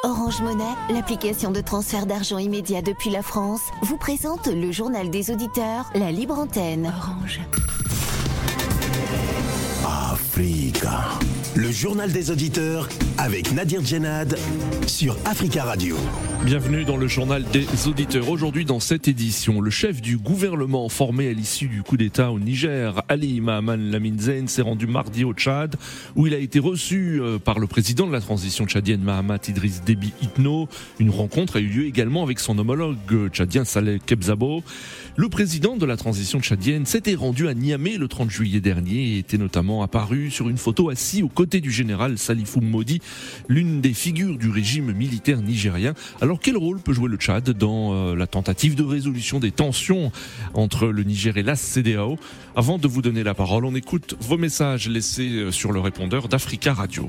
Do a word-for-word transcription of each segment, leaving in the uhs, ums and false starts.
Orange Monnaie, l'application de transfert d'argent immédiat depuis la France, vous présente le journal des auditeurs, la libre antenne. Orange. Africa. Le journal des auditeurs avec Nadir Djenad sur Africa Radio. Bienvenue dans le journal des auditeurs. Aujourd'hui dans cette édition, le chef du gouvernement formé à l'issue du coup d'État au Niger, Ali Mahaman Lamine Zeine, s'est rendu mardi au Tchad où il a été reçu par le président de la transition tchadienne Mahamat Idriss Déby Itno. Une rencontre a eu lieu également avec son homologue tchadien Saleh Kebzabo. Le président de la transition tchadienne s'était rendu à Niamey le trente juillet dernier et était notamment apparu sur une photo assis aux côtés du général Salifou Modi, l'une des figures du régime militaire nigérien. Alors quel rôle peut jouer le Tchad dans euh, la tentative de résolution des tensions entre le Niger et la C D A O? Avant de vous donner la parole, on écoute vos messages laissés sur le répondeur d'Africa Radio.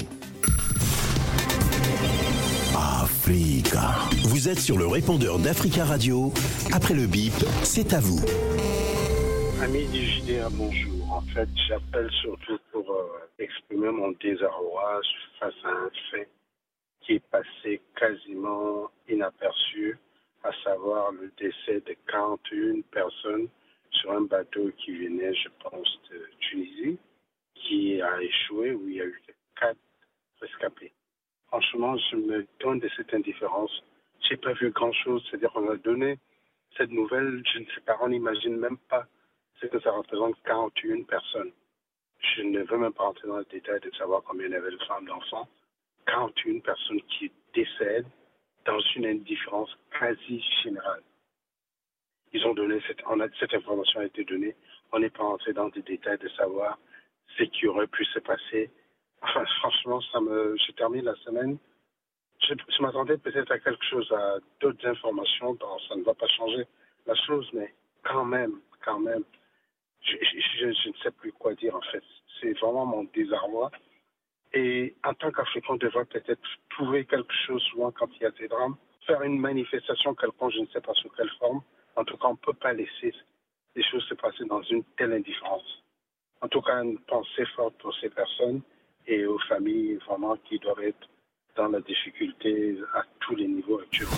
Africa. Vous êtes sur le répondeur d'Africa Radio. Après le bip, c'est à vous. Amis du J D A, bonjour. En fait, j'appelle surtout pour euh, exprimer mon désarroi face à un fait qui est passé quasiment inaperçu, à savoir le décès de quarante et une personnes sur un bateau qui venait, je pense, de Tunisie, qui a échoué, où il y a eu quatre rescapés. Franchement, je me donne de cette indifférence. Je n'ai pas vu grand-chose. C'est-à-dire qu'on a donné cette nouvelle, je ne sais pas, on n'imagine même pas ce que ça représente quarante et une personnes. Je ne veux même pas rentrer dans le détail de savoir combien il y avait de femmes, d'enfants. quarante et une personnes qui décèdent dans une indifférence quasi générale. Ils ont donné cette, on a, cette information a été donnée. On n'est pas rentré dans des détails de savoir ce qui aurait pu se passer. Enfin, franchement, ça me, je termine la semaine. Je, je m'attendais peut-être à quelque chose, à d'autres informations. Bon, ça ne va pas changer la chose, mais quand même, quand même, je, je, je ne sais plus quoi dire en fait. C'est vraiment mon désarroi. Et en tant qu'Africain, on devrait peut-être trouver quelque chose souvent quand il y a des drames, faire une manifestation quelconque, je ne sais pas sous quelle forme. En tout cas, on ne peut pas laisser les choses se passer dans une telle indifférence. En tout cas, une pensée forte pour ces personnes et aux familles vraiment qui doivent être dans la difficulté à tous les niveaux actuellement.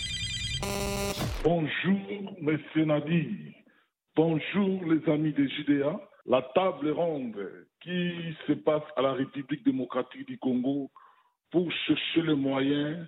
Bonjour, messieurs Nadi. Bonjour, les amis des J D A. La table ronde qui se passe à la République démocratique du Congo pour chercher les moyens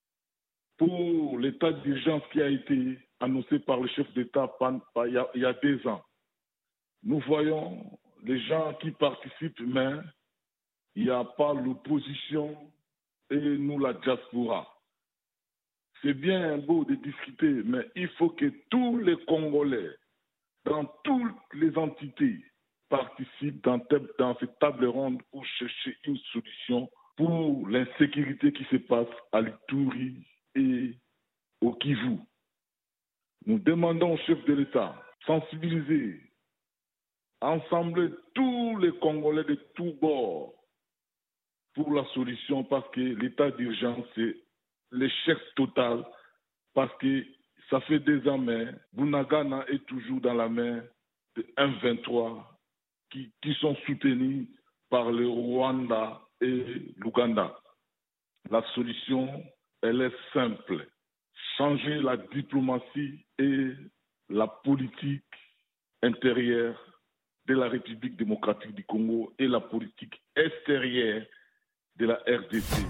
pour l'état d'urgence qui a été annoncé par le chef d'État il y a, il y a deux ans. Nous voyons les gens qui participent, mais il n'y a pas l'opposition et nous la diaspora. C'est bien beau de discuter, mais il faut que tous les Congolais, dans toutes les entités, participent dans, dans cette table ronde pour chercher une solution pour l'insécurité qui se passe à l'Ituri et au Kivu. Nous demandons au chef de l'État de sensibiliser, ensembler tous les Congolais de tous bords pour la solution, parce que l'état d'urgence, c'est l'échec total, parce que ça fait des ans, mais Bunagana est toujours dans la main de M vingt-trois qui, qui sont soutenus par le Rwanda et l'Ouganda. La solution, elle est simple. Changer la diplomatie et la politique intérieure de la République démocratique du Congo et la politique extérieure de la R D C.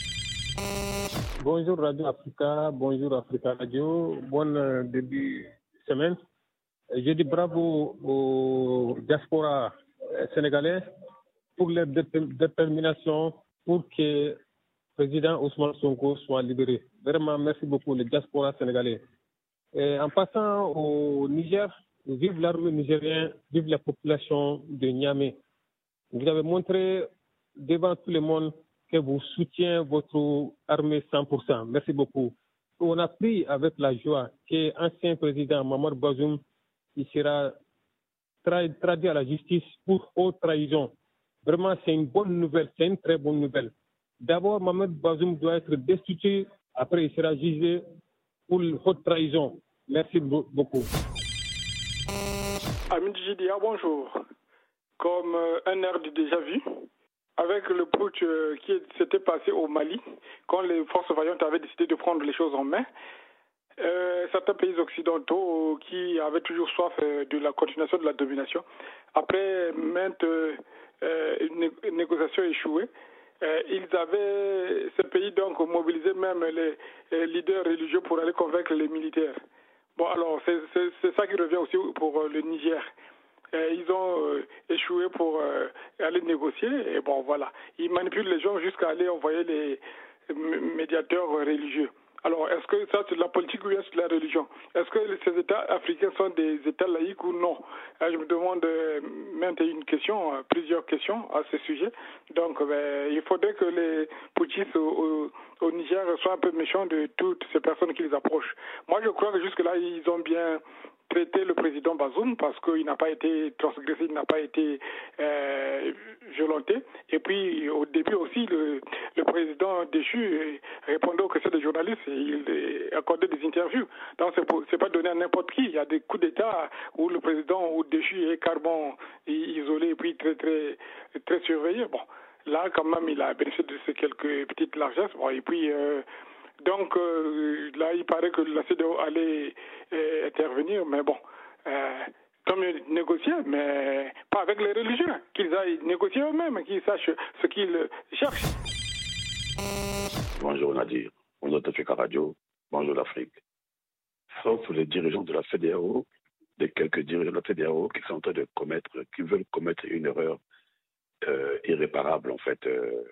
Bonjour Radio Africa, bonjour Africa Radio, bon début de semaine. Je dis bravo aux diaspora sénégalais pour leur détermination pour que le président Ousmane Sonko soit libéré. Vraiment, merci beaucoup les diaspora sénégalais. Et en passant au Niger, vive l'armée nigérienne, vive la population de Niamey. Vous avez montré devant tout le monde que vous soutenez votre armée cent pour cent. Merci beaucoup. On a pris avec la joie que l'ancien président Mamadou Bazoum il sera tra- traduit à la justice pour haute trahison. Vraiment, c'est une bonne nouvelle, c'est une très bonne nouvelle. D'abord, Mamadou Bazoum doit être destitué, après il sera jugé pour haute trahison. Merci beaucoup. Amis du J D A, bonjour. Comme euh, un air du déjà vu, avec le putsch qui s'était passé au Mali, quand les forces vaillantes avaient décidé de prendre les choses en main, euh, certains pays occidentaux qui avaient toujours soif de la continuation de la domination, après maintes euh, né- négociations échouées, euh, ils avaient, ces pays donc mobilisé même les, les leaders religieux pour aller convaincre les militaires. Bon, alors c'est, c'est, c'est ça qui revient aussi pour le Niger. Ils ont euh, échoué pour euh, aller négocier et bon voilà, ils manipulent les gens jusqu'à aller envoyer les médiateurs religieux. Alors est-ce que ça c'est de la politique ou bien c'est de la religion? Est-ce que ces États africains sont des États laïques ou non? Je me demande euh, même une question, plusieurs questions à ce sujet. Donc ben, il faudrait que les putschistes au, au, au Niger soient un peu méchants de toutes ces personnes qui les approchent. Moi je crois que jusque là ils ont bien traiter le président Bazoum parce qu'il n'a pas été transgressé, il n'a pas été euh, violenté. Et puis au début aussi, le, le président déchu répondait aux questions des journalistes et il accordait des interviews. Donc c'est, pour, c'est pas donné à n'importe qui. Il y a des coups d'État où le président ou déchu est carrément isolé et puis très très très surveillé. Bon, là quand même il a bénéficié de ces quelques petites largesses. Bon, et puis euh, Donc euh, là, il paraît que la C E D E A O allait euh, intervenir, mais bon, euh, tant mieux négocier, mais pas avec les religieux, qu'ils aillent négocier eux-mêmes, qu'ils sachent ce qu'ils cherchent. Bonjour Nadir, bonjour Africa Radio, bonjour l'Afrique. Sauf les dirigeants de la C E D E A O, des quelques dirigeants de la C E D E A O qui sont en train de commettre, qui veulent commettre une erreur euh, irréparable en fait, euh,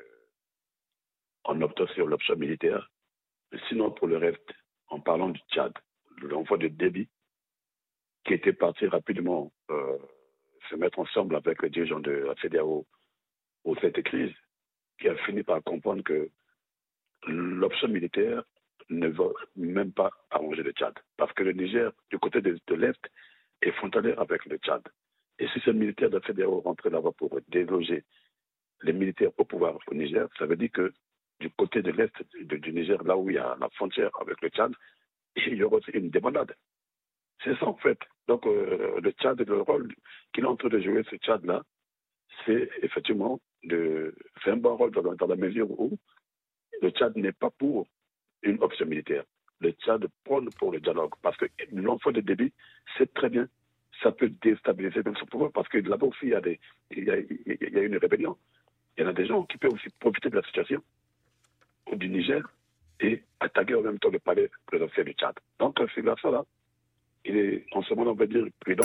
en optant sur l'option militaire. Sinon, pour le reste, en parlant du Tchad, l'envoi de Déby, qui était parti rapidement euh, se mettre ensemble avec les dirigeants de la C E D E A O pour cette crise, qui a fini par comprendre que l'option militaire ne va même pas arranger le Tchad. Parce que le Niger, du côté de, de l'Est, est frontalier avec le Tchad. Et si ces militaires de la C E D E A O rentraient là-bas pour déloger les militaires au pouvoir au Niger, ça veut dire que du côté de l'Est de, du Niger, là où il y a la frontière avec le Tchad, il y aura aussi une débandade. C'est ça en fait. Donc euh, le Tchad, le rôle qu'il est en train de jouer, ce Tchad-là, c'est effectivement, de, c'est un bon rôle dans, dans la mesure où le Tchad n'est pas pour une option militaire. Le Tchad prône pour le dialogue. Parce que l'enfant de Déby, c'est très bien. Ça peut déstabiliser même son pouvoir parce que là-bas aussi, il y a, des, il y a, il y a une rébellion. Il y en a des gens qui peuvent aussi profiter de la situation du Niger et attaquer en même temps le palais présidentiel du Tchad. Donc, c'est là ça, là. Il est, en ce moment, on va dire, prudent.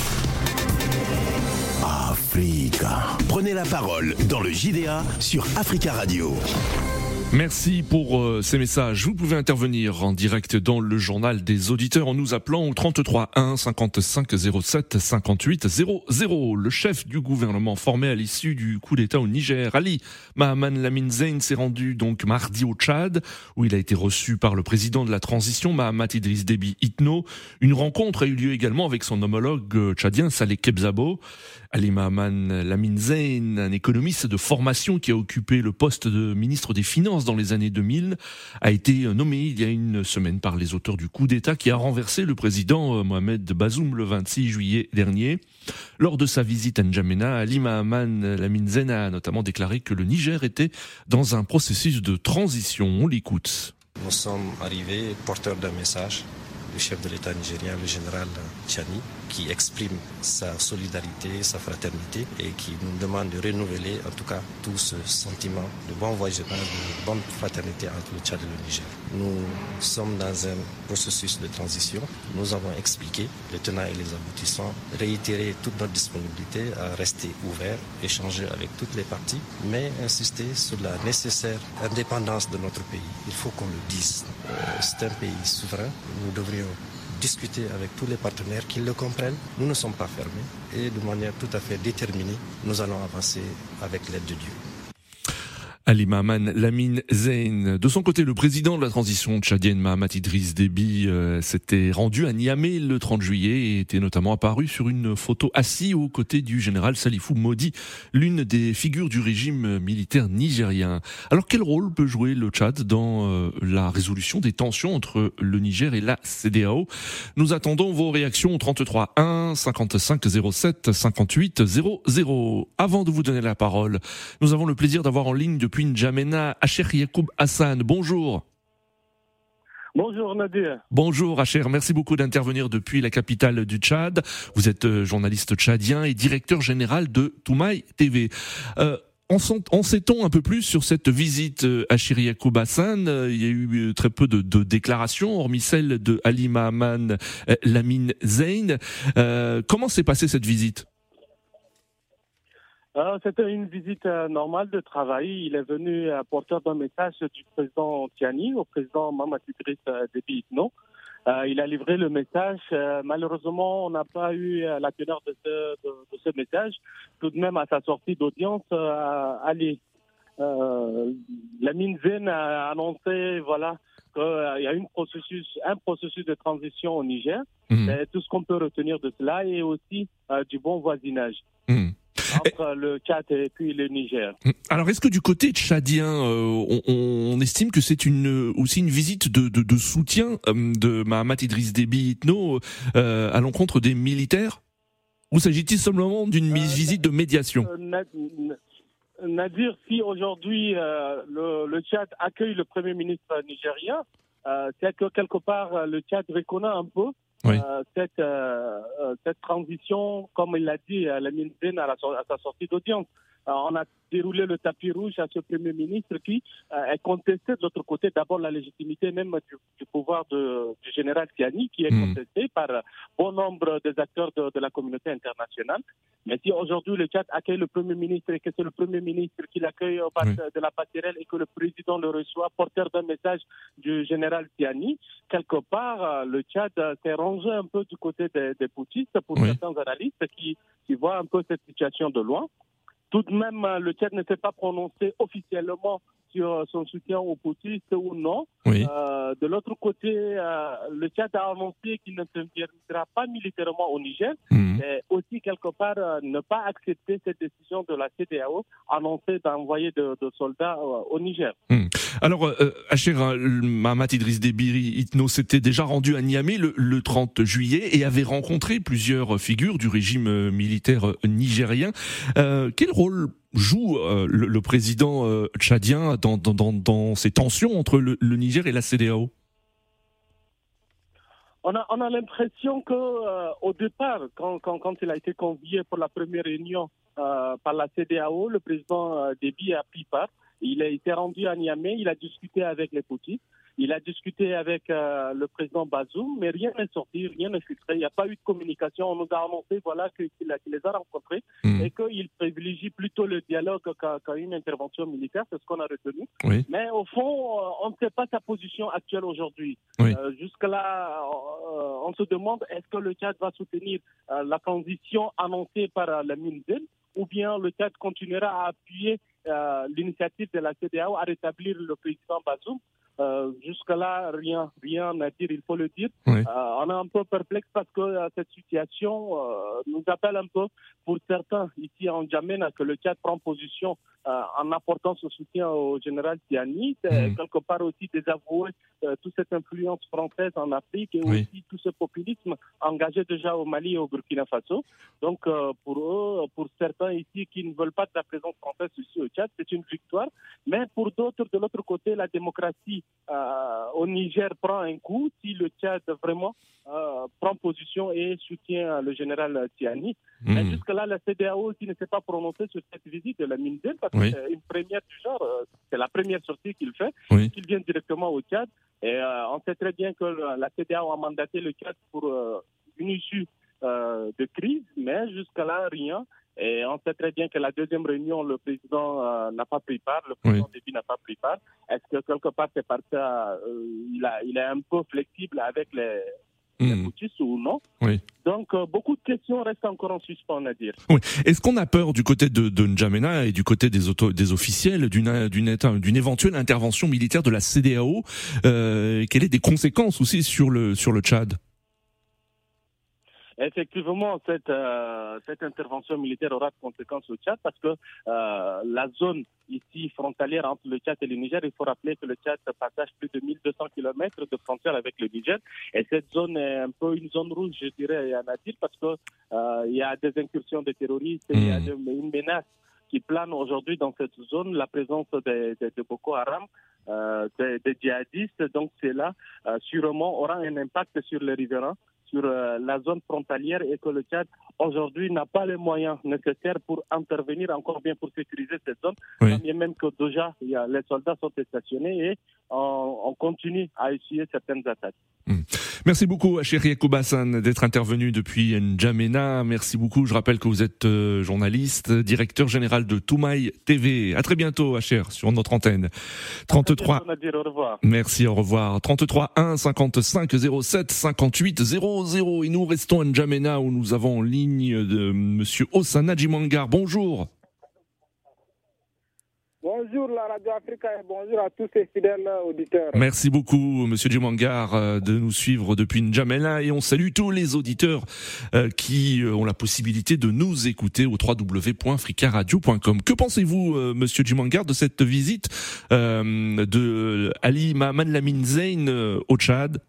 Africa. Prenez la parole dans le J D A sur Africa Radio. Merci pour euh, ces messages. Vous pouvez intervenir en direct dans le journal des auditeurs en nous appelant au trente-trois un cinquante-cinq zéro sept cinquante-huit zéro zéro. Le chef du gouvernement formé à l'issue du coup d'État au Niger, Ali Mahaman Lamine Zeine, s'est rendu donc mardi au Tchad, où il a été reçu par le président de la transition, Mahamat Idriss Déby Itno. Une rencontre a eu lieu également avec son homologue tchadien, Saleh Kebzabo. Ali Mahaman Lamine Zeine, un économiste de formation qui a occupé le poste de ministre des Finances dans les années deux mille, a été nommé il y a une semaine par les auteurs du coup d'État qui a renversé le président Mohamed Bazoum le vingt-six juillet dernier. Lors de sa visite à N'Djamena, Ali Mahaman Lamine Zeine a notamment déclaré que le Niger était dans un processus de transition. On l'écoute. Nous sommes arrivés porteurs d'un message du chef de l'État nigérien, le général Tchani, qui exprime sa solidarité, sa fraternité et qui nous demande de renouveler en tout cas tout ce sentiment de bon voisinage, de bonne fraternité entre le Tchad et le Niger. Nous sommes dans un processus de transition. Nous avons expliqué les tenants et les aboutissants, réitéré toute notre disponibilité à rester ouvert, échanger avec toutes les parties, mais insister sur la nécessaire indépendance de notre pays. Il faut qu'on le dise. Euh, c'est un pays souverain. Nous devrions discuter avec tous les partenaires qui le comprennent. Nous ne sommes pas fermés et de manière tout à fait déterminée, nous allons avancer avec l'aide de Dieu. Ali Mahaman Lamine Zeine. De son côté, le président de la transition tchadienne, Mahamat Idriss Déby, euh, s'était rendu à Niamey le trente juillet et était notamment apparu sur une photo assis aux côtés du général Salifou Modi, l'une des figures du régime militaire nigérien. Alors quel rôle peut jouer le Tchad dans euh, la résolution des tensions entre le Niger et la C D A O? Nous attendons vos réactions au trente-trois un cinquante-cinq zéro sept cinquante-huit zéro zéro. Avant de vous donner la parole, nous avons le plaisir d'avoir en ligne depuis N'Djamena Acher Yacoub Hassan. Bonjour. Bonjour Nadir. Bonjour Acher, merci beaucoup d'intervenir depuis la capitale du Tchad. Vous êtes journaliste tchadien et directeur général de Toumaï T V. Euh, En, sont, en sait-on un peu plus sur cette visite Acher Yacoub Hassan? Il y a eu très peu de, de déclarations, hormis celle de Ali Mahaman Lamine Zeine. Euh, comment s'est passée cette visite? Euh, C'était une visite euh, normale de travail. Il est venu euh, porteur d'un message du président Tiani au président Mahamat Idriss euh, Déby Itno. Euh, il a livré le message. Euh, malheureusement, on n'a pas eu euh, la teneur de ce, de, de ce message. Tout de même, à sa sortie d'audience, euh, Ali euh, Lamine Zeine a annoncé voilà, qu'il euh, y a une processus, un processus de transition au Niger. Mmh. C'est tout ce qu'on peut retenir de cela et aussi euh, du bon voisinage. Mmh. Entre le Tchad et puis le Niger. Alors, est-ce que du côté tchadien, euh, on, on estime que c'est une, aussi une visite de, de, de soutien euh, de Mahamat Idriss Déby Itno euh, à l'encontre des militaires? Ou s'agit-il simplement d'une euh, visite de médiation? euh, Nadir, si aujourd'hui euh, le, le Tchad accueille le Premier ministre nigérien, euh, c'est que quelque part le Tchad reconnaît un peu Oui. Euh, cette, euh, cette transition, comme il l'a dit, Lamine Zeine à, la, à sa sortie d'audience. Euh, on a déroulé le tapis rouge à ce Premier ministre qui euh, est contesté de l'autre côté, d'abord la légitimité même du, du pouvoir de, du général Tiani, qui est mmh. contesté par bon nombre des acteurs de, de la communauté internationale. Mais si aujourd'hui le Tchad accueille le Premier ministre et que c'est le Premier ministre qui l'accueille au oui. de la passerelle et que le président le reçoit, porteur d'un message du général Tiani, quelque part le Tchad s'est rangé un peu du côté des, des poutistes pour oui. certains analystes qui, qui voient un peu cette situation de loin. Tout de même, le Tchad ne s'est pas prononcé officiellement sur son soutien aux poutistes ou non. Oui. Euh, de l'autre côté, euh, le Tchad a annoncé qu'il ne s'interviendra pas militairement au Niger, mmh. et aussi quelque part euh, ne pas accepter cette décision de la C D A O annoncée d'envoyer de, de soldats euh, au Niger. Mmh. Alors, euh, Acher, Mahamat Idriss Déby Itno s'était déjà rendu à Niamey le, le trente juillet et avait rencontré plusieurs figures du régime militaire nigérien. Euh, quel rôle joue euh, le, le président euh, tchadien dans, dans, dans, dans ces tensions entre le, le Niger et la C D A O? On a, on a l'impression que euh, au départ, quand, quand, quand il a été convié pour la première réunion euh, par la C D A O, le président euh, Déby a pris part. Il a été rendu à Niamey, il a discuté avec les poutistes, il a discuté avec euh, le président Bazoum, mais rien n'est sorti, rien n'est filtré. Il n'y a pas eu de communication. On nous a annoncé voilà, qu'il, qu'il les a rencontrés mmh. et qu'il privilégie plutôt le dialogue qu'à, qu'à une intervention militaire. C'est ce qu'on a retenu. Oui. Mais au fond, euh, on ne sait pas sa position actuelle aujourd'hui. Oui. Euh, jusque-là, euh, on se demande est-ce que le Tchad va soutenir euh, la transition annoncée par euh, la Lamine Zeine, ou bien le Tchad continuera à appuyer euh, l'initiative de la C D A O à rétablir le président Bazoum. Euh, jusque-là, rien, rien à dire, il faut le dire. Oui. Euh, on est un peu perplexe parce que euh, cette situation euh, nous appelle un peu, pour certains ici en N'Djamena, que le Tchad prend position euh, en apportant ce soutien au général Tiani. C'est mmh. quelque part aussi désavouer euh, toute cette influence française en Afrique et oui. aussi tout ce populisme engagé déjà au Mali et au Burkina Faso. Donc euh, pour eux, pour certains ici qui ne veulent pas de la présence française ici au Tchad, c'est une victoire. Mais pour d'autres, de l'autre côté, la démocratie Euh, au Niger prend un coup si le Tchad vraiment euh, prend position et soutient le général Tiani. Mmh. Mais jusque-là, la C D A O aussi ne s'est pas prononcée sur cette visite de Lamine Zeine parce oui. que c'est une première du genre, euh, c'est la première sortie qu'il fait, oui. qu'il vient directement au Tchad. Et euh, on sait très bien que la C D A O a mandaté le Tchad pour euh, une issue euh, de crise, mais jusque-là, rien. Et on sait très bien que la deuxième réunion, le président euh, n'a pas pris part, le président oui. Déby n'a pas pris part. Est-ce que quelque part, c'est parce qu'il euh, il est un peu flexible avec les, mmh. aboutissent ou non. Oui. Donc, euh, beaucoup de questions restent encore en suspens, à dire. Oui. Est-ce qu'on a peur du côté de, de N'Djamena et du côté des, auto, des officiels d'une, d'une, d'une éventuelle intervention militaire de la C D A O euh, Quelles sont des conséquences aussi sur le, sur le Tchad ? Effectivement, cette, euh, cette intervention militaire aura de conséquences au Tchad parce que euh, la zone ici frontalière entre le Tchad et le Niger, il faut rappeler que le Tchad partage plus de mille deux cents kilomètres de frontière avec le Niger. Et cette zone est un peu une zone rouge, je dirais, Anadir, parce que euh, il y a des incursions de terroristes, il mmh. y a de, une menace qui plane aujourd'hui dans cette zone, la présence de, de, de Boko Haram, euh, des de djihadistes. Donc, cela, euh, sûrement, aura un impact sur les riverains, sur euh, la zone frontalière et que le Tchad aujourd'hui n'a pas les moyens nécessaires pour intervenir encore bien pour sécuriser cette zone. Oui. Bien même que déjà il y a, les soldats sont stationnés et on, on continue à essuyer certaines attaques. Mmh. Merci beaucoup Acher Yacoub-Hassan d'être intervenu depuis N'Djamena. Merci beaucoup. Je rappelle que vous êtes euh, journaliste, directeur général de Toumaï T V. À très bientôt Acher sur notre antenne. trente-trois. Au revoir. Merci, au revoir. trente-trois un cinquante-cinq zéro sept cinquante-huit zéro zéro. Et nous restons à N'Djamena où nous avons en ligne de monsieur Osana Djimangar. Bonjour. Bonjour la Radio Africa et bonjour à tous ces fidèles auditeurs. Merci beaucoup Monsieur Djimangar de nous suivre depuis N'Djamena et on salue tous les auditeurs qui ont la possibilité de nous écouter au w w w point africa radio point com. Que pensez-vous Monsieur Djimangar de cette visite de Ali Mahaman Lamine Zein au Tchad?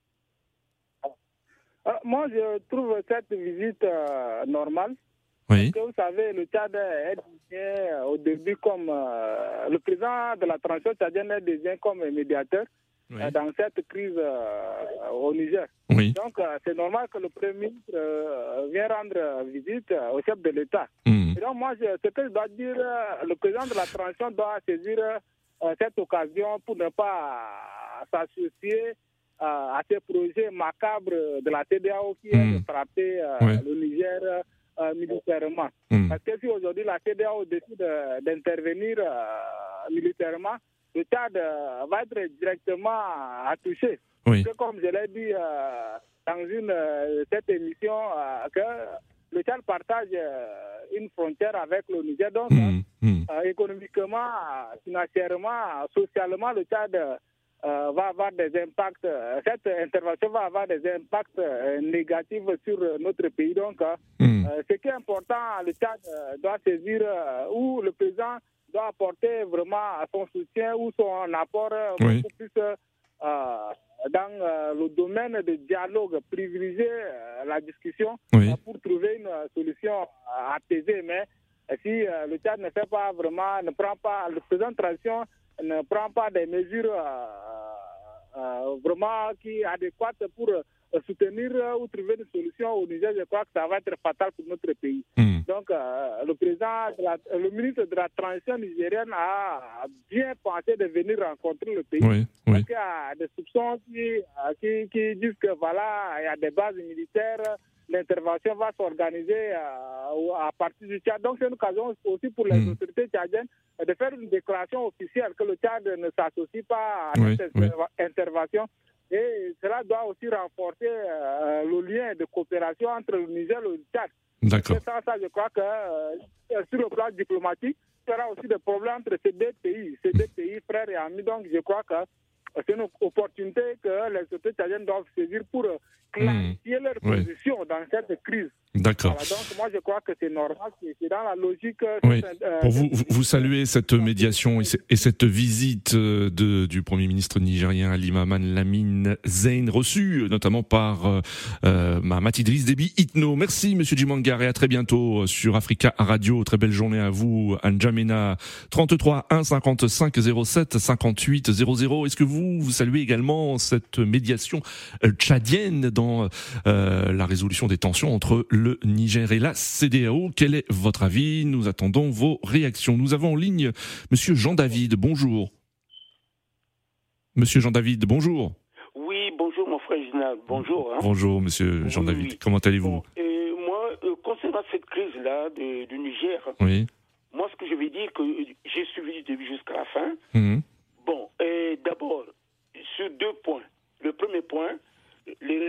Moi je trouve cette visite euh, normale. Oui. Parce que vous savez, le Tchad est désigné au début comme euh, le président de la transition tchadienne est désigné comme médiateur oui. euh, dans cette crise euh, au Niger. Oui. Donc euh, c'est normal que le Premier ministre euh, vienne rendre visite au chef de l'État. Mmh. Et donc moi, je, ce que je dois dire, le président de la transition doit saisir euh, cette occasion pour ne pas s'associer euh, à ces projets macabres de la C D A O qui mmh. est de frapper euh, oui. le Niger Euh, militairement. Mmh. Parce que si aujourd'hui la C D A O décide euh, d'intervenir euh, militairement, le Tchad euh, va être directement à toucher. Oui. Parce que comme je l'ai dit euh, dans une euh, cette émission, euh, que le Tchad partage euh, une frontière avec le Niger. Donc, mmh. Mmh. Euh, économiquement, financièrement, socialement, le Tchad Euh, va avoir des impacts, euh, cette intervention va avoir des impacts euh, négatifs sur euh, notre pays. Donc, euh, mmh. euh, ce qui est important, le Tchad euh, doit saisir euh, où le président doit apporter vraiment son soutien ou son apport euh, oui. beaucoup plus euh, dans euh, le domaine de dialogue, privilégier euh, la discussion oui. euh, pour trouver une euh, solution euh, apaisée. Mais euh, si euh, le Tchad ne fait pas vraiment, ne prend pas, le président de transition ne prend pas des mesures euh, euh, vraiment qui adéquates pour euh, soutenir euh, ou trouver une solution au Niger, je crois que ça va être fatal pour notre pays. Mmh. Donc, euh, le président, de la, le ministre de la transition nigérienne a bien pensé de venir rencontrer le pays. Oui, oui. Parce qu'il y a des soupçons qui, qui, qui disent que voilà, il y a des bases militaires. L'intervention va s'organiser euh, à partir du Tchad. Donc, c'est une occasion aussi pour les mmh. autorités tchadiennes de faire une déclaration officielle que le Tchad ne s'associe pas à oui, cette oui. intervention. Et cela doit aussi renforcer euh, le lien de coopération entre le Niger et le Tchad. D'accord. Sans ça, je crois que euh, sur le plan diplomatique, il y aura aussi des problèmes entre ces deux pays, ces deux pays frères et amis. Donc, je crois que c'est une opportunité que les autorités tchadiennes doivent saisir pour clarifier mmh. leur position oui. dans cette crise. D'accord. Voilà, donc moi je crois que c'est normal, c'est dans la logique. Oui. Euh, Pour vous, vous saluez cette médiation et cette visite de, du Premier ministre nigérien Ali Mahaman Lamine Zein, reçu notamment par euh, Mahamat Idriss Déby Itno. Merci Monsieur Djimangar et à très bientôt sur Africa Radio. Très belle journée à vous, à N'Djamena. trente-trois un cinquante-cinq zéro sept cinquante-huit zéro zéro. Est-ce que vous, vous saluez également cette médiation tchadienne dans euh, la résolution des tensions entre le le Niger et la C D A O. Quel est votre avis? Nous attendons vos réactions. Nous avons en ligne Monsieur Jean-David. Bonjour. Monsieur Jean-David, bonjour. Oui, bonjour mon frère Ginal. Bonjour. Hein. Bonjour Monsieur Jean-David. Oui, oui. Comment allez-vous? Bon, euh, Moi, euh, concernant cette crise-là de, du Niger, oui. moi ce que je veux dire, que j'ai suivi du début jusqu'à la fin. Mmh. Bon, euh, d'abord, sur deux points. Le premier point, les relations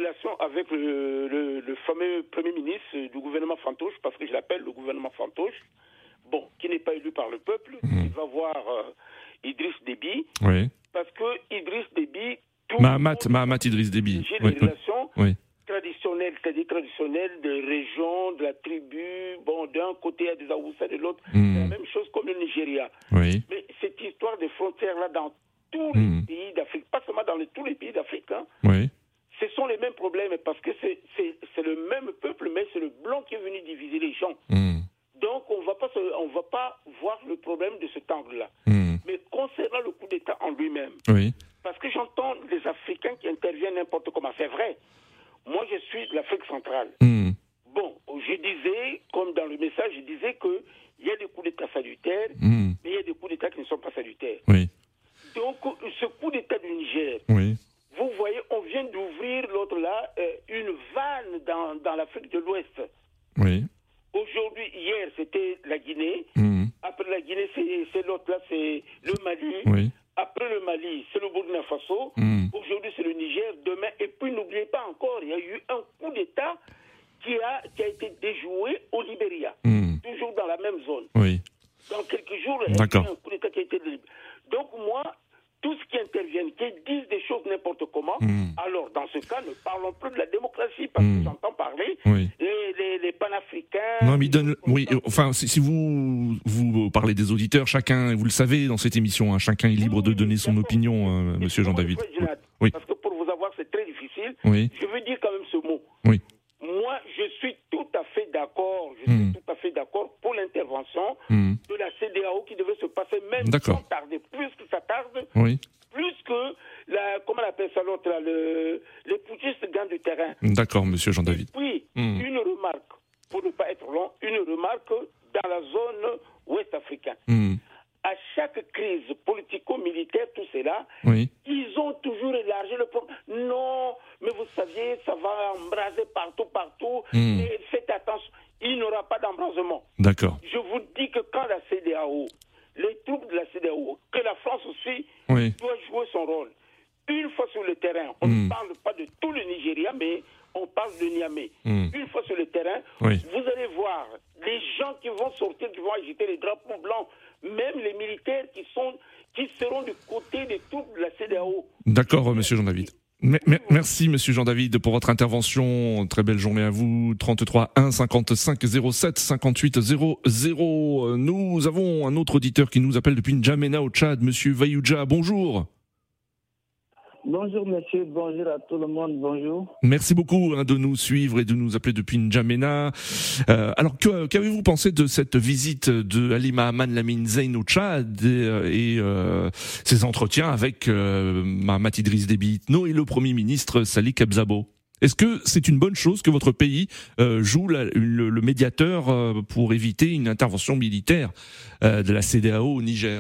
relations avec le, le, le fameux Premier ministre du gouvernement Fantoche, parce que je l'appelle le gouvernement Fantoche, bon, qui n'est pas élu par le peuple, mmh. il va voir euh, Idriss Déby, oui. parce que Idriss Déby... Mahamat, Mahamat Idriss Déby. J'ai oui, des relations oui. traditionnelles, c'est-à-dire traditionnelles de régions, de la tribu, bon, d'un côté il y a des Aoussa, de l'autre, mmh. c'est la même chose comme le Nigeria. Oui. Mais cette histoire de frontières-là dans tous mmh. les pays d'Afrique, pas seulement dans les, tous les pays d'Afrique, hein, oui. ce sont les mêmes problèmes, parce que c'est, c'est, c'est le même peuple, mais c'est le blanc qui est venu diviser les gens. Mmh. Donc, on ne va pas voir le problème de cet angle-là. Mmh. Mais concernant le coup d'État en lui-même, oui. parce que j'entends les Africains qui interviennent n'importe comment, c'est vrai. Moi, je suis de l'Afrique centrale. Mmh. Bon, je disais, comme dans le message, je disais qu'il y a des coups d'État salutaires, mmh. mais il y a des coups d'État qui ne sont pas salutaires. Oui. Donc, ce coup d'État du Niger, oui. vous voyez, on vient d'ouvrir, l'autre là, euh, une vanne dans, dans l'Afrique de l'Ouest. Oui. Aujourd'hui, hier, c'était la Guinée. Mmh. Après la Guinée, c'est, c'est l'autre là, c'est le Mali. Oui. Après le Mali, c'est le Burkina Faso. Mmh. Aujourd'hui, c'est le Niger. Demain, et puis n'oubliez pas encore, il y a eu un coup d'État qui a, qui a été déjoué au Libéria. Mmh. Toujours dans la même zone. Oui. Dans quelques jours, il y a eu un coup d'État qui a été délivré. Donc moi, tous ceux qui interviennent, qui disent des choses n'importe comment, mmh. alors dans ce cas, ne parlons plus de la démocratie, parce mmh. que j'entends parler oui. les, les, les panafricains... Non, mais donne, oui, enfin, si, si vous, vous parlez des auditeurs, chacun, vous le savez dans cette émission, hein, chacun est libre oui, de donner son opinion, euh, monsieur Jean-David. Oui. Parce que pour vous avoir, c'est très difficile. Oui. Je veux dire quand même ce mot. Oui. Moi, je suis tout à fait d'accord, je suis mmh. tout à fait d'accord pour l'intervention mmh. de la C D A O qui devait se passer même sans tarder. Plus que ça tarde, oui. plus que, la, comment on appelle ça l'autre, là, le, les putschistes gagnent du terrain. D'accord, monsieur Jean-David. Puis, mmh. une remarque, pour ne pas être long, une remarque dans la zone ouest africaine. Mmh. À chaque crise politico-militaire, tout cela, oui. ils ont toujours élargi le problème. Non, mais vous saviez, ça va embraser partout, partout. Mmh. Et faites attention, il n'y aura pas d'embrasement. D'accord. Je vous dis que quand la C D A O, les troupes de la C D A O, que la France aussi oui. doit jouer son rôle. Une fois sur le terrain, on mmh. ne parle pas de tout le Nigeria, mais on parle de Niamey. Mmh. Une fois sur le terrain, oui. vous allez voir les gens qui vont sortir, qui vont agiter les drapeaux blancs, même les militaires qui, sont, qui seront du côté des troupes de la C D A O. D'accord, monsieur Jean-David. Merci, monsieur Jean-David, pour votre intervention. Très belle journée à vous. trente-trois un cinquante-cinq zéro sept cinquante-huit zéro zéro. Nous avons un autre auditeur qui nous appelle depuis N'Djamena au Tchad, monsieur Vayouja. Bonjour. Bonjour monsieur, bonjour à tout le monde, bonjour. Merci beaucoup hein, de nous suivre et de nous appeler depuis N'Djamena. Euh, alors que, qu'avez-vous pensé de cette visite de Ali Mahaman Lamine Zein au Tchad et, et euh, ses entretiens avec euh, Mahamat Idriss Déby Itno et le Premier ministre Salih Kebzabo? Est-ce que c'est une bonne chose que votre pays euh, joue la, le, le médiateur euh, pour éviter une intervention militaire euh, de la C D A O au Niger?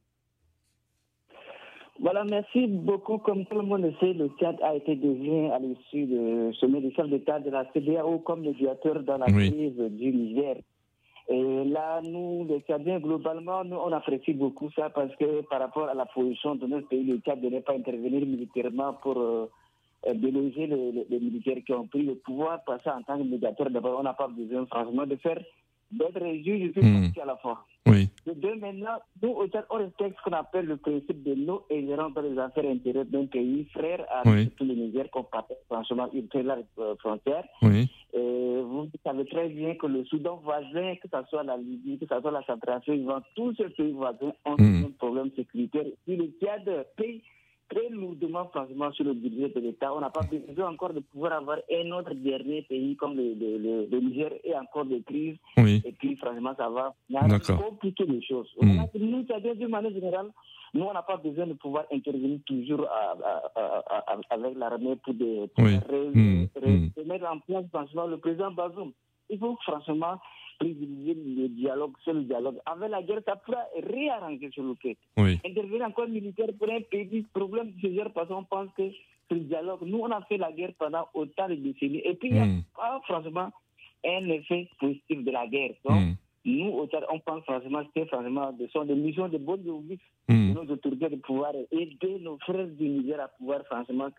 Voilà, merci beaucoup. Comme tout le monde le sait, le Tchad a été désigné à l'issue du sommet des chefs d'État de la C D A O comme médiateur dans la oui. crise du Niger. Et là, nous, les Tchadiens, globalement, nous, on apprécie beaucoup ça parce que par rapport à la position de notre pays, le Tchad ne devait pas intervenir militairement pour euh, déloger les, les, les militaires qui ont pris le pouvoir. Parce qu'en tant que médiateur, d'abord, on n'a pas besoin, franchement, de faire d'être juge et mmh. à la fois. Oui. De deux, maintenant, nous, au Tchad, on respecte ce qu'on appelle le principe de non-ingérence dans les affaires intérieures d'un pays frère à oui. tout le Niger, qu'on partage franchement une très large euh, frontière. Oui. Et vous savez très bien que le Soudan voisin, que ce soit la Libye, que ce soit la Centrafrique, tous ces pays voisins ont mmh. un problème sécuritaire. Si le Tchad paye très lourdement, franchement, sur le budget de l'État, on n'a pas besoin encore de pouvoir avoir un autre dernier pays comme le, le, le, le Niger et encore des crises. Oui. Et puis, franchement, ça va compliquer les choses. Mmh. Nous, c'est-à-dire, d'une manière générale, nous, on n'a pas besoin de pouvoir intervenir toujours à, à, à, à, avec l'armée pour, de, pour oui. ré, mmh. ré, mmh. mettre en place, franchement, le président Bazoum. Il faut franchement privilégier le dialogue, c'est le dialogue. Avec la guerre, ça pourra réarranger sur le quai. Oui. Intervenir encore militaire pour un pays, problème de ce genre, parce qu'on pense que c'est le dialogue. Nous, on a fait la guerre pendant autant de décennies. Et puis, il n'y a mmh. pas, franchement, un effet positif de la guerre. Donc, mmh. nous, au Tchad, on pense franchement que franchement, ce sont des missions de bonne logique mmh. de nos autorités de pouvoir aider nos frères du Niger à pouvoir, franchement, que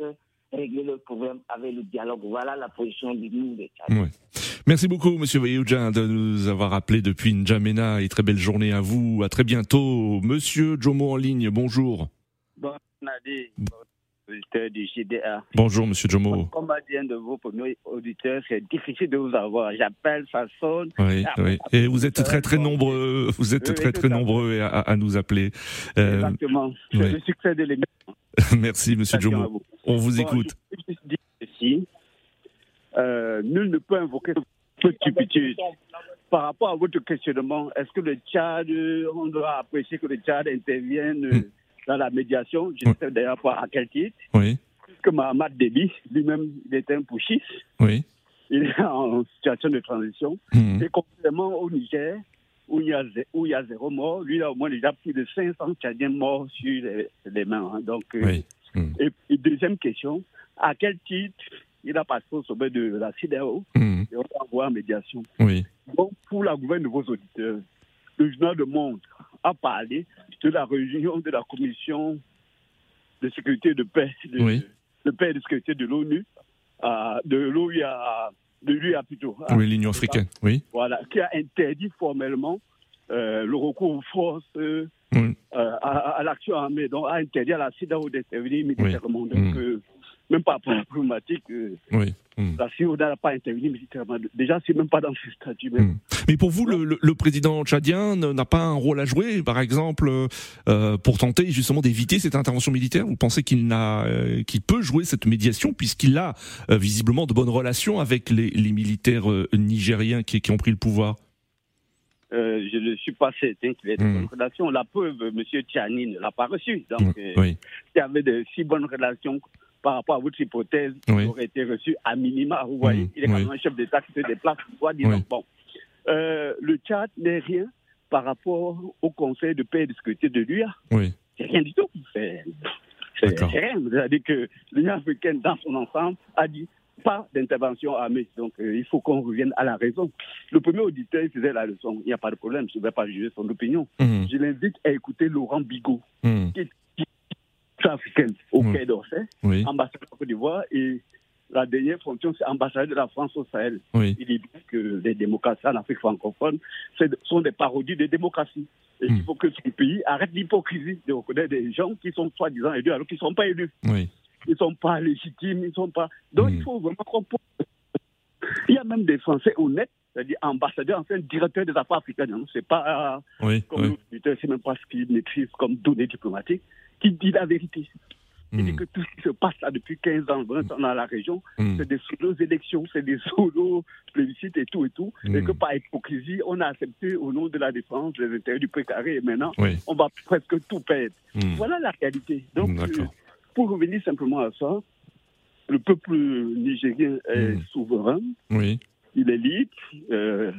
régler le problème avec le dialogue. Voilà la position de nous, les Tchadiens. Ouais. Merci beaucoup, Monsieur Vayouja, de nous avoir appelé depuis N'Djamena, et très belle journée à vous. À très bientôt. Monsieur Jomo en ligne, bonjour. Bon, Nadi, auditeur du J D A. Bonjour, Monsieur Jomo. Comme a dit un de vos premiers auditeurs, c'est difficile de vous avoir. J'appelle, ça sonne. Oui, oui. Et vous êtes très très nombreux. Vous êtes oui, très très nombreux à, à nous appeler. Euh, Exactement. C'est oui. le succès de l'émission. Merci, Monsieur Jomo. Vous. On vous bon, écoute. Je peux juste dire ceci. Euh, nul ne peut invoquer peu de stupitude. Par rapport à votre questionnement, est-ce que le Tchad, on doit apprécier que le Tchad intervienne mm. dans la médiation? Je ne sais d'ailleurs pas à quel titre. Oui. Puisque Mahamat Déby, lui-même, il est un putschiste. Oui. Il est en situation de transition. Mm. Et contrairement au Niger, où il, y a, où il y a zéro mort, lui, il a au moins déjà plus de cinq cents Tchadiens morts sur les, les mains. Hein. Donc, oui. mm. et, et deuxième question, à quel titre il a passé au sommet de la C E D E A O mmh. et on va avoir en médiation. Oui. Donc, pour la gouverne de vos auditeurs, le journal Le Monde a parlé de la réunion de la commission de sécurité de paix, de, oui. de paix et de sécurité de l'ONU, euh, de l'O U A, de l'U A plutôt. Oui, l'Union africaine, oui. Voilà, qui a interdit formellement euh, le recours aux forces euh, oui. euh, à, à l'action armée, donc a interdit à la C E D E A O d'intervenir militairement. Oui. Donc, mmh. euh, même pas pour la problématique, euh, oui. mmh. la C E D E A O n'a pas intervenu militairement. Déjà, c'est même pas dans ses statuts. Même. Mmh. Mais pour vous, le, le, le président tchadien n'a pas un rôle à jouer, par exemple, euh, pour tenter justement d'éviter cette intervention militaire? Vous pensez qu'il n'a, euh, qu'il peut jouer cette médiation, puisqu'il a euh, visiblement de bonnes relations avec les, les militaires euh, nigériens qui, qui ont pris le pouvoir? Euh, je ne suis pas certain qu'il ait de mmh. bonnes relations. La preuve, M. Tchani ne l'a pas reçu. Donc, mmh. euh, oui. il y avait de si bonnes relations par rapport à votre hypothèse, oui. il aurait été reçu à minima. Vous voyez, mmh. il est quand même oui. un chef d'État qui se déplace, soit disant, oui. bon. Euh, le Tchad n'est rien par rapport au Conseil de paix et de sécurité de l'U A. Oui. C'est rien du tout. C'est, c'est, c'est rien. C'est-à-dire que l'Union africaine, dans son ensemble, a dit pas d'intervention armée. Donc, euh, il faut qu'on revienne à la raison. Le premier auditeur, il faisait la leçon. Il n'y a pas de problème. Je ne vais pas juger son opinion. Mmh. Je l'invite à écouter Laurent Bigot, mmh. qui est africaine au Quai d'Orsay, oui. ambassadeur de Côte d'Ivoire, et la dernière fonction, c'est ambassadeur de la France au Sahel. Oui. Il dit bien que les démocraties en Afrique francophone c'est, sont des parodies de démocratie. Et mmh. il faut que ce pays arrête l'hypocrisie de reconnaître des gens qui sont soi-disant élus alors qu'ils ne sont pas élus. Oui. Ils ne sont pas légitimes, ils ne sont pas... Donc mmh. il faut vraiment qu'on... Il y a même des Français honnêtes, c'est-à-dire ambassadeurs, enfin directeurs des affaires africaines. Ce n'est pas oui. comme oui. l'auditeur, c'est même pas ce qu'ils maîtrisent comme données diplomatiques, qui dit la vérité. Il dit mmh. que tout ce qui se passe là depuis quinze ans, vingt ans dans la région, mmh. c'est des solo-élections, c'est des solo-plébiscites et tout et tout. Mmh. Et que par hypocrisie, on a accepté au nom de la défense des intérêts du précaré et maintenant, oui. on va presque tout perdre. Mmh. Voilà la réalité. Donc, euh, pour revenir simplement à ça, le peuple nigérien est mmh. souverain, oui. il est libre, euh,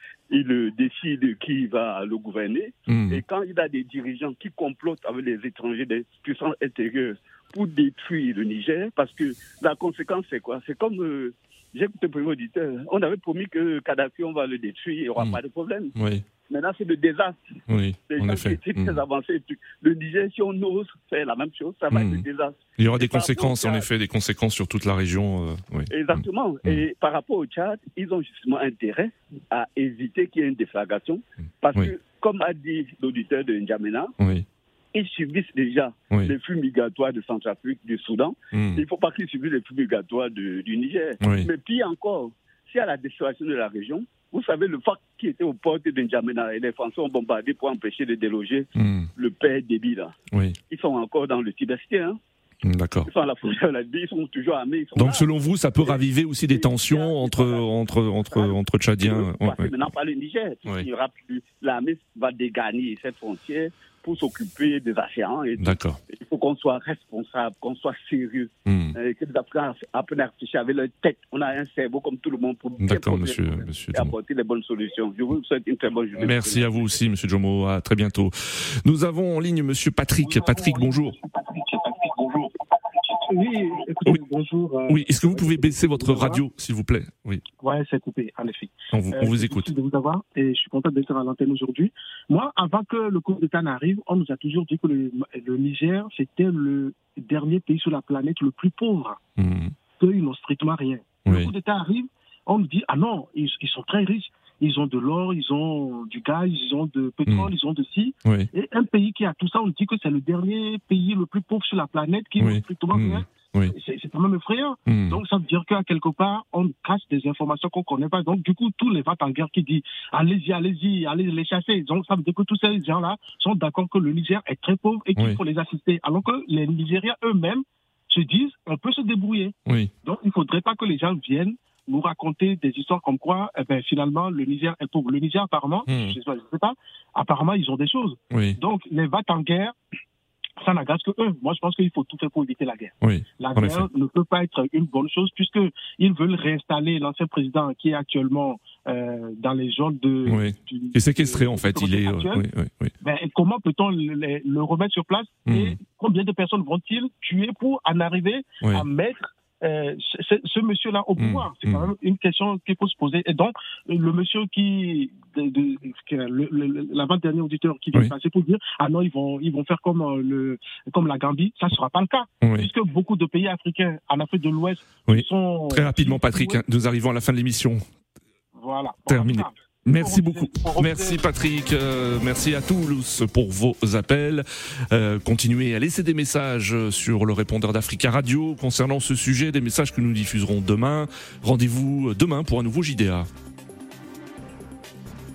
il décide qui va le gouverner. Mmh. Et quand il a des dirigeants qui complotent avec les étrangers des puissances intérieures pour détruire le Niger, parce que la conséquence, c'est quoi? C'est comme, euh, j'ai écouté le premier auditeur, on avait promis que Kadhafi, on va le détruire, il n'y aura mmh. pas de problème. Oui. Maintenant, c'est le désastre. Oui, les en gens effet. qui étaient très avancés. Le Niger, si on ose faire la même chose, ça va mmh. être le désastre. Il y aura des conséquences, en effet, des conséquences sur toute la région. Euh, oui. Exactement. Mmh. Et par rapport au Tchad, ils ont justement intérêt à éviter qu'il y ait une déflagration. Parce oui. que, comme a dit l'auditeur de N'Djamena, oui. ils subissent déjà oui. les flux migratoires de Centrafrique, du Soudan. Mmh. Il ne faut pas qu'ils subissent les flux migratoires de, du Niger. Oui. Mais pire encore, s'il y a la destruction de la région, vous savez, le F A C qui était aux portes de N'Djamena et les Français ont bombardé pour empêcher de déloger mmh. le père Déby, là. Oui. Ils sont encore dans le Tibestien. Hein. D'accord. Ils sont à la frontière, ils sont toujours armés. Sont Donc, là. Selon vous, ça peut raviver aussi des tensions entre, entre, entre, entre Tchadiens. Oui, ouais, maintenant, pas le Niger. Oui. Il y aura plus, l'armée va dégagner cette frontière pour s'occuper des océans. Et D'accord. Il faut qu'on soit responsable, qu'on soit sérieux. Mmh. Et que les Africains apprennent à réfléchir avec leur tête. On a un cerveau comme tout le monde pour bien D'accord, monsieur, monsieur et apporter les bonnes solutions. Je vous souhaite une très bonne journée. Merci à vous aussi, monsieur Jomo. À très bientôt. Nous avons en ligne monsieur Patrick. Patrick, bonjour. Patrick, bonjour. Oui, écoutez, oui. bonjour. Euh, oui, est-ce que vous pouvez baisser votre radio, s'il vous plaît? Oui. Ouais, c'est coupé, en effet. On vous, euh, on vous écoute. De vous avoir et je suis content d'être à l'antenne aujourd'hui. Moi, avant que le coup d'État n'arrive, on nous a toujours dit que le, le Niger, c'était le dernier pays sur la planète le plus pauvre. Mmh. Qu'ils n'ont strictement rien. Oui. Le coup d'État arrive, on nous dit, ah non, ils, ils sont très riches. Ils ont de l'or, ils ont du gaz, ils ont de pétrole, mmh. ils ont de ci. Oui. Et un pays qui a tout ça, on dit que c'est le dernier pays le plus pauvre sur la planète qui oui. n'a strictement mmh. rien. Oui. C'est, c'est quand même effrayant. Mmh. Donc ça veut dire qu'à quelque part, on cache des informations qu'on ne connaît pas. Donc du coup, tous les vats en guerre qui disent allez-y, allez-y, allez les chasser. Donc ça veut dire que tous ces gens-là sont d'accord que le Niger est très pauvre et qu'il oui. faut les assister. Alors que les Nigériens eux-mêmes se disent on peut se débrouiller. Oui. Donc il ne faudrait pas que les gens viennent nous raconter des histoires comme quoi, eh ben, finalement, le Niger est pauvre. Le Niger, apparemment, mmh. je ne sais, sais pas, apparemment, ils ont des choses. Oui. Donc, les vats en guerre, ça n'agace que eux. Moi, je pense qu'il faut tout faire pour éviter la guerre. Oui, la guerre effet. ne peut pas être une bonne chose puisqu'ils veulent réinstaller l'ancien président qui est actuellement euh, dans les zones de... Oui. Du, et séquestré, en fait. Il est... Euh, oui, oui, oui. Ben, comment peut-on le, le remettre sur place mmh. et combien de personnes vont-ils tuer pour en arriver oui. à mettre Euh, ce, ce monsieur-là au pouvoir, mmh, c'est quand mmh. même une question qu'il faut se poser. Et donc, le monsieur qui, de, de, le, le, l'avant-dernier auditeur qui vient oui. passer pour dire, ah non, ils vont, ils vont faire comme le, comme la Gambie, ça ne sera pas le cas, oui. puisque beaucoup de pays africains, en Afrique de l'Ouest, oui. sont très rapidement, Patrick, hein, nous arrivons à la fin de l'émission. Voilà. Terminé. Merci beaucoup. Merci Patrick. Euh, merci à tous pour vos appels. Euh, continuez à laisser des messages sur le répondeur d'Africa Radio concernant ce sujet, des messages que nous diffuserons demain. Rendez-vous demain pour un nouveau J D A.